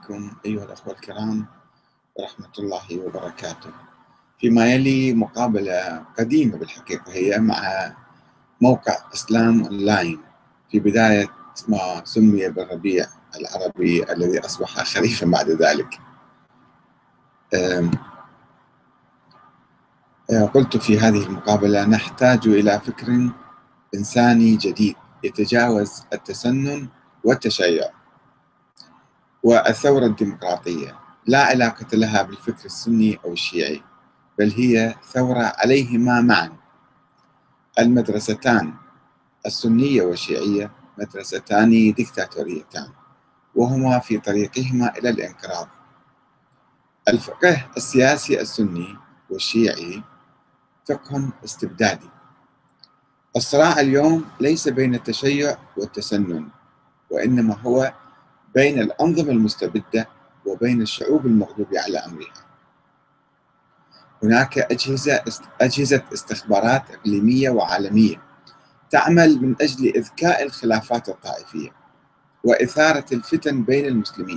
عليكم أيها الأخوة الكرام ورحمة الله وبركاته. فيما يلي مقابلة قديمة بالحقيقة هي مع موقع إسلام أونلاين في بداية ما سمي بالربيع العربي الذي أصبح خريفا بعد ذلك. قلت في هذه المقابلة نحتاج إلى فكر إنساني جديد يتجاوز التسنن والتشيع والثورة الديمقراطية، لا علاقة لها بالفكر السني أو الشيعي، بل هي ثورة عليهما معا. المدرستان السنية والشيعية مدرستان ديكتاتوريتان، وهما في طريقهما إلى الانقراض. الفقه السياسي السني والشيعي فقه استبدادي. الصراع اليوم ليس بين التشيع والتسنن، وإنما هو بين الأنظمة المستبدة وبين الشعوب المغلوب على أمرها. هناك أجهزة استخبارات إقليمية وعالمية تعمل من أجل إذكاء الخلافات الطائفية وإثارة الفتن بين المسلمين.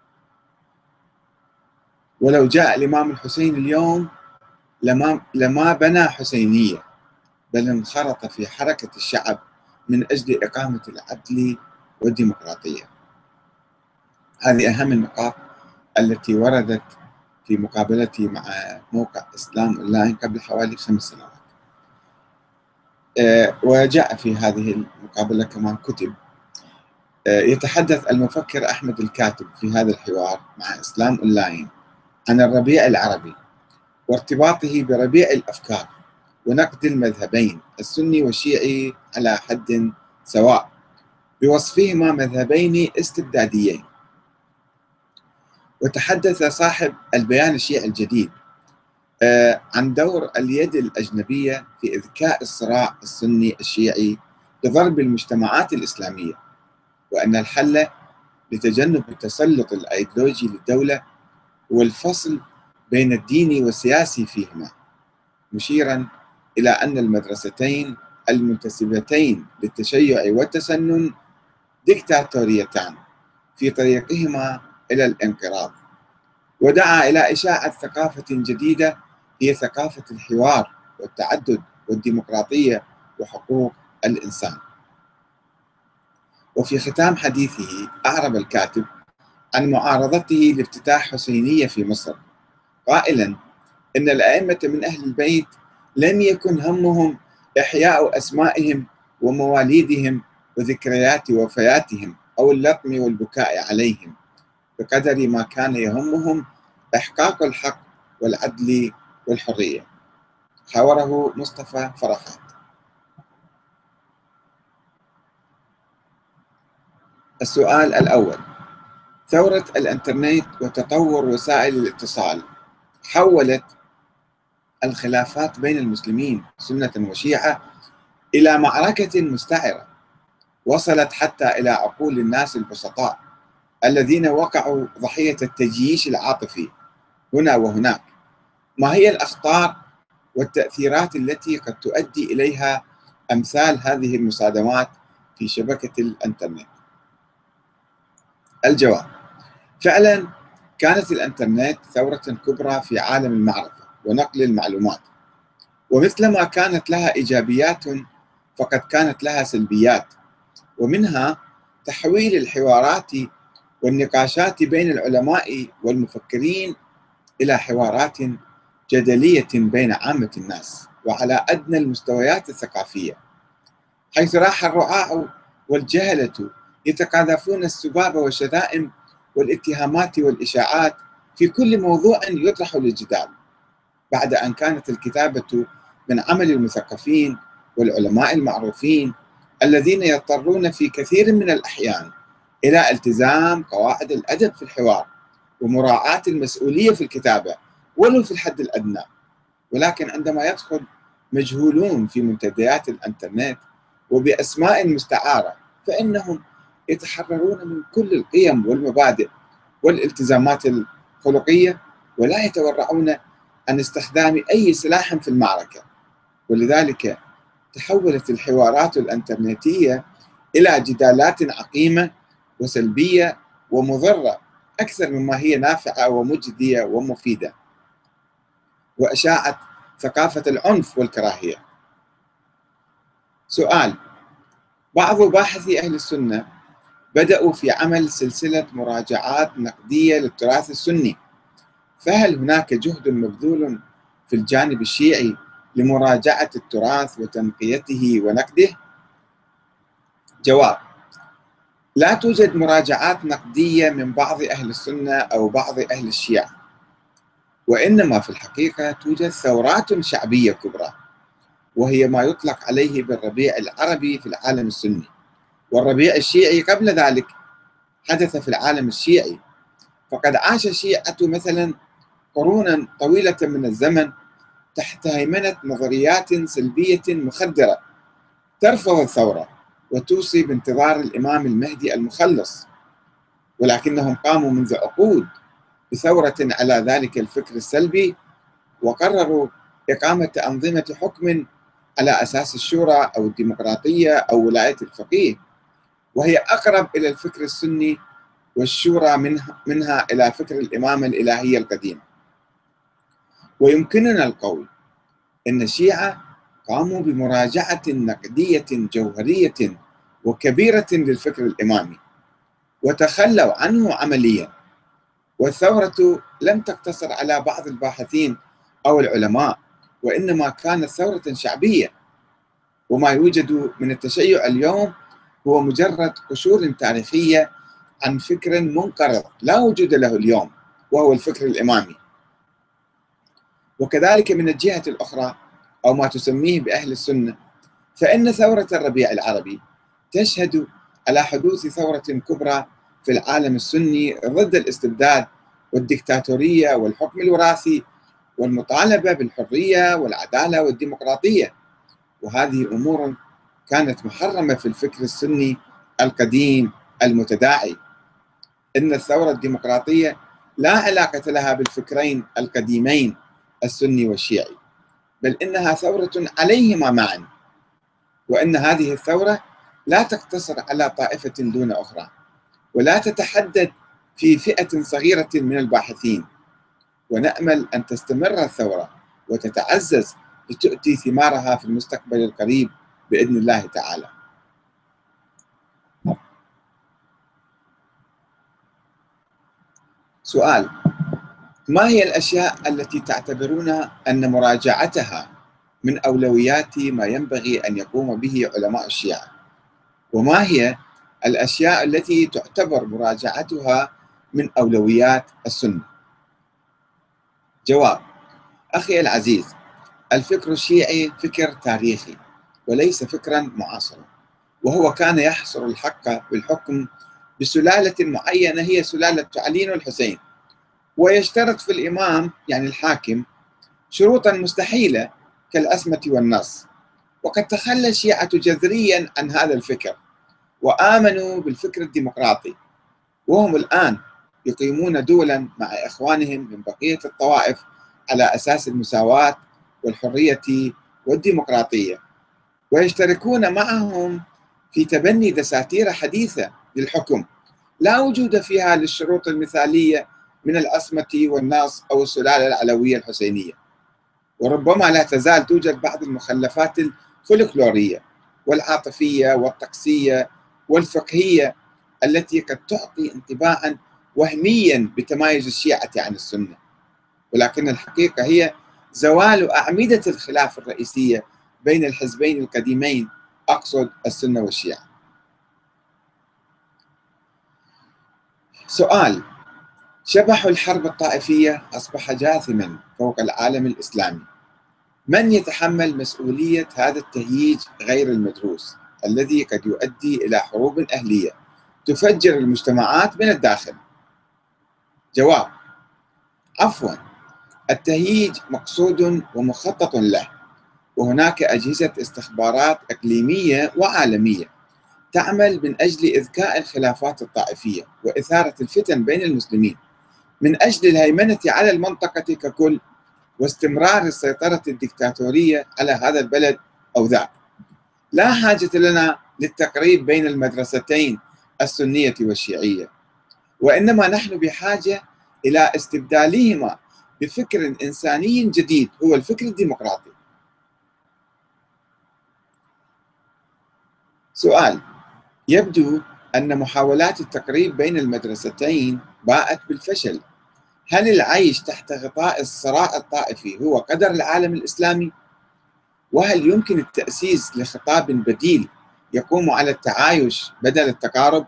ولو جاء الإمام الحسين اليوم لما بنى حسينية، بل انخرط في حركة الشعب من أجل إقامة العدل والديمقراطية. هذه أهم النقاط التي وردت في مقابلتي مع موقع إسلام أونلاين قبل حوالي 5 سنوات. وجاء في هذه المقابلة كمان كتب. يتحدث المفكر أحمد الكاتب في هذا الحوار مع إسلام أونلاين عن الربيع العربي وارتباطه بربيع الأفكار ونقد المذهبين السني والشيعي على حد سواء، بوصفهما مذهبين استبداديين. وتحدث صاحب البيان الشيعي الجديد عن دور اليد الأجنبية في إذكاء الصراع السني الشيعي لضرب المجتمعات الإسلامية، وأن الحل لتجنب التسلط الأيديولوجي للدولة هو الفصل بين الديني والسياسي فيهما، مشيرا إلى أن المدرستين المنتسبتين للتشيع والتسنن ديكتاتوريتان في طريقهما إلى الانقراض. ودعا إلى إشاعة ثقافة جديدة هي ثقافة الحوار والتعدد والديمقراطية وحقوق الإنسان. وفي ختام حديثه أعرب الكاتب عن معارضته لافتتاح حسينية في مصر، قائلا إن الأئمة من أهل البيت لم يكن همهم إحياء أسمائهم ومواليدهم وذكريات وفياتهم أو اللطم والبكاء عليهم، بقدر ما كان يهمهم إحقاق الحق والعدل والحرية. حاوره مصطفى فرحات. السؤال الأول: ثورة الإنترنت وتطور وسائل الاتصال حولت الخلافات بين المسلمين سنة وشيعة إلى معركة مستعرة وصلت حتى إلى عقول الناس البسطاء الذين وقعوا ضحية التجييش العاطفي هنا وهناك. ما هي الأخطار والتأثيرات التي قد تؤدي إليها أمثال هذه المصادمات في شبكة الإنترنت؟ الجواب: فعلا كانت الإنترنت ثورة كبرى في عالم المعرفة ونقل المعلومات، ومثلما كانت لها إيجابيات فقد كانت لها سلبيات، ومنها تحويل الحوارات والنقاشات بين العلماء والمفكرين إلى حوارات جدلية بين عامة الناس وعلى أدنى المستويات الثقافية، حيث راح الرعاع والجهلة يتقاذفون السباب والشتائم والاتهامات والإشاعات في كل موضوع يطرح للجدال، بعد أن كانت الكتابة من عمل المثقفين والعلماء المعروفين الذين يضطرون في كثير من الأحيان إلى التزام قواعد الأدب في الحوار ومراعاة المسؤولية في الكتابة ولو في الحد الأدنى. ولكن عندما يدخل مجهولون في منتديات الإنترنت وبأسماء مستعارة، فإنهم يتحررون من كل القيم والمبادئ والالتزامات الخلقية ولا يتورعون عن استخدام أي سلاح في المعركة. ولذلك تحولت الحوارات الإنترنتية إلى جدالات عقيمة وسلبية ومضرة أكثر مما هي نافعة ومجدية ومفيدة، وأشاعت ثقافة العنف والكراهية. سؤال: بعض باحثي أهل السنة بدأوا في عمل سلسلة مراجعات نقدية للتراث السني، فهل هناك جهد مبذول في الجانب الشيعي لمراجعة التراث وتنقيته ونقده؟ جواب: لا توجد مراجعات نقدية من بعض أهل السنة أو بعض أهل الشيعة، وإنما في الحقيقة توجد ثورات شعبية كبرى، وهي ما يطلق عليه بالربيع العربي في العالم السني، والربيع الشيعي قبل ذلك حدث في العالم الشيعي. فقد عاش الشيعة مثلا قرونا طويلة من الزمن تحت هيمنة نظريات سلبية مخدرة ترفض الثورة وتوصي بانتظار الإمام المهدي المخلص، ولكنهم قاموا منذ عقود بثورة على ذلك الفكر السلبي، وقرروا إقامة أنظمة حكم على أساس الشورى أو الديمقراطية أو ولاية الفقيه، وهي أقرب إلى الفكر السني والشورى منها إلى فكر الإمامة الإلهية القديم. ويمكننا القول أن الشيعة قاموا بمراجعة نقدية جوهرية وكبيرة للفكر الإمامي وتخلوا عنه عمليا، والثورة لم تقتصر على بعض الباحثين أو العلماء، وإنما كانت ثورة شعبية. وما يوجد من التشيع اليوم هو مجرد قشور تاريخية عن فكر منقرض لا وجود له اليوم، وهو الفكر الإمامي. وكذلك من الجهة الأخرى، أو ما تسميه بأهل السنة، فإن ثورة الربيع العربي تشهد على حدوث ثورة كبرى في العالم السني ضد الاستبداد والديكتاتورية والحكم الوراثي والمطالبة بالحرية والعدالة والديمقراطية، وهذه أمور كانت محرمة في الفكر السني القديم المتداعي. إن الثورة الديمقراطية لا علاقة لها بالفكرين القديمين السني والشيعي، بل إنها ثورة عليهما معا، وإن هذه الثورة لا تقتصر على طائفة دون أخرى، ولا تتحدد في فئة صغيرة من الباحثين. ونأمل أن تستمر الثورة وتتعزز لتؤتي ثمارها في المستقبل القريب بإذن الله تعالى. سؤال: ما هي الأشياء التي تعتبرون أن مراجعتها من أولويات ما ينبغي أن يقوم به علماء الشيعة؟ وما هي الأشياء التي تعتبر مراجعتها من أولويات السنة؟ جواب: أخي العزيز، الفكر الشيعي فكر تاريخي وليس فكرا معاصرا، وهو كان يحصر الحق بالحكم بسلالة معينة هي سلالة علي والحسين، ويشترط في الإمام يعني الحاكم شروطا مستحيلة كالأسمة والنص. وقد تخلى الشيعة جذريا عن هذا الفكر وآمنوا بالفكر الديمقراطي، وهم الآن يقيمون دولا مع إخوانهم من بقية الطوائف على أساس المساواة والحرية والديمقراطية، ويشتركون معهم في تبني دساتير حديثة للحكم لا وجود فيها للشروط المثالية من العصمة والنص أو السلالة العلوية الحسينية. وربما لا تزال توجد بعض المخلفات الفولكلورية والعاطفية والطقسية والفقهية التي قد تعطي انطباعا وهميا بتمايز الشيعة عن السنة، ولكن الحقيقة هي زوال أعمدة الخلاف الرئيسية بين الحزبين القديمين، أقصد السنة والشيعة. سؤال: شبح الحرب الطائفية أصبح جاثما فوق العالم الإسلامي، من يتحمل مسؤولية هذا التهييج غير المدروس الذي قد يؤدي إلى حروب أهلية تفجر المجتمعات من الداخل؟ جواب: عفوا، التهييج مقصود ومخطط له، وهناك أجهزة استخبارات إقليمية وعالمية تعمل من أجل إذكاء الخلافات الطائفية وإثارة الفتن بين المسلمين من أجل الهيمنة على المنطقة ككل واستمرار السيطرة الدكتاتورية على هذا البلد أو ذاك. لا حاجة لنا للتقريب بين المدرستين السنية والشيعية، وإنما نحن بحاجة إلى استبدالهما بفكر إنساني جديد هو الفكر الديمقراطي. سؤال: يبدو أن محاولات التقريب بين المدرستين باءت بالفشل. هل العيش تحت غطاء الصراع الطائفي هو قدر العالم الإسلامي؟ وهل يمكن التأسيس لخطاب بديل يقوم على التعايش بدل التقارب؟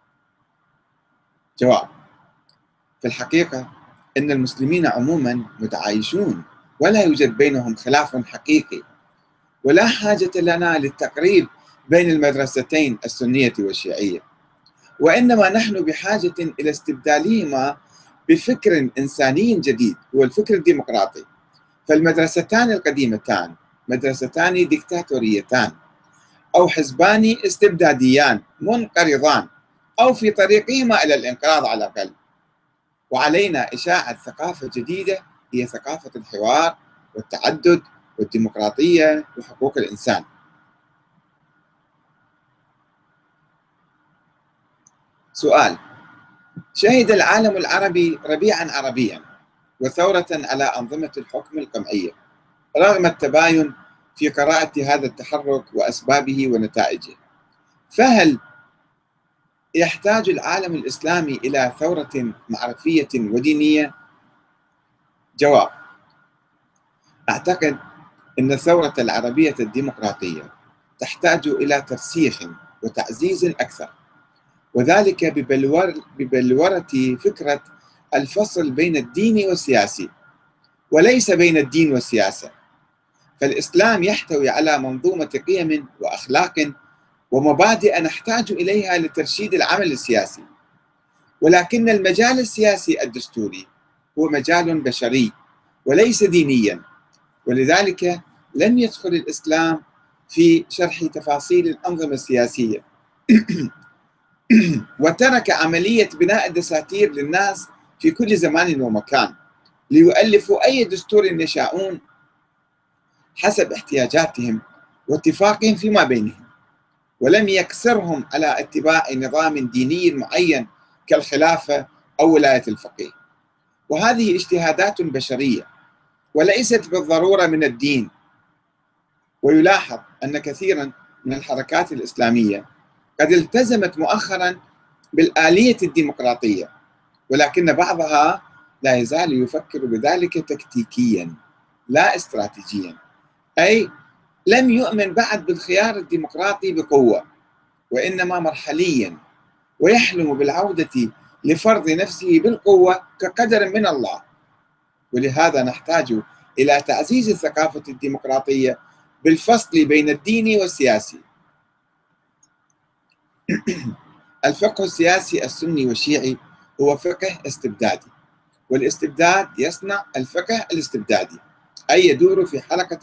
جواب: في الحقيقة إن المسلمين عموما متعايشون ولا يوجد بينهم خلاف حقيقي، ولا حاجة لنا للتقريب بين المدرستين السنية والشيعية، وإنما نحن بحاجة إلى استبدالهما بفكر إنساني جديد هو الفكر الديمقراطي. فالمدرستان القديمتان مدرستان ديكتاتوريتان أو حزبان استبداديان منقرضان أو في طريقهما إلى الانقراض على الأقل، وعلينا إشاعة ثقافة جديدة هي ثقافة الحوار والتعدد والديمقراطية وحقوق الإنسان. سؤال: شهد العالم العربي ربيعا عربيا وثورة على أنظمة الحكم القمعية رغم التباين في قراءة هذا التحرك وأسبابه ونتائجه، فهل يحتاج العالم الإسلامي إلى ثورة معرفية ودينية؟ جواب: أعتقد أن الثورة العربية الديمقراطية تحتاج إلى ترسيخ وتعزيز أكثر، وذلك ببلورة فكرة الفصل بين الدين والسياسي وليس بين الدين والسياسة. فالإسلام يحتوي على منظومة قيم وأخلاق ومبادئ نحتاج إليها لترشيد العمل السياسي، ولكن المجال السياسي الدستوري هو مجال بشري وليس دينيا، ولذلك لم يدخل الإسلام في شرح تفاصيل الأنظمة السياسية وترك عملية بناء الدساتير للناس في كل زمان ومكان ليؤلفوا أي دستور يشاءون حسب احتياجاتهم واتفاقهم فيما بينهم، ولم يقصرهم على اتباع نظام ديني معين كالخلافة أو ولاية الفقيه. وهذه اجتهادات بشرية وليست بالضرورة من الدين. ويلاحظ أن كثيرا من الحركات الإسلامية قد التزمت مؤخرا بالآلية الديمقراطية، ولكن بعضها لا يزال يفكر بذلك تكتيكيا لا استراتيجيا، أي لم يؤمن بعد بالخيار الديمقراطي بقوة، وإنما مرحليا، ويحلم بالعودة لفرض نفسه بالقوة كقدر من الله. ولهذا نحتاج إلى تعزيز الثقافة الديمقراطية بالفصل بين الدين والسياسي. الفقه السياسي السني والشيعي هو فقه استبدادي، والاستبداد يصنع الفقه الاستبدادي، أي يدور في حلقة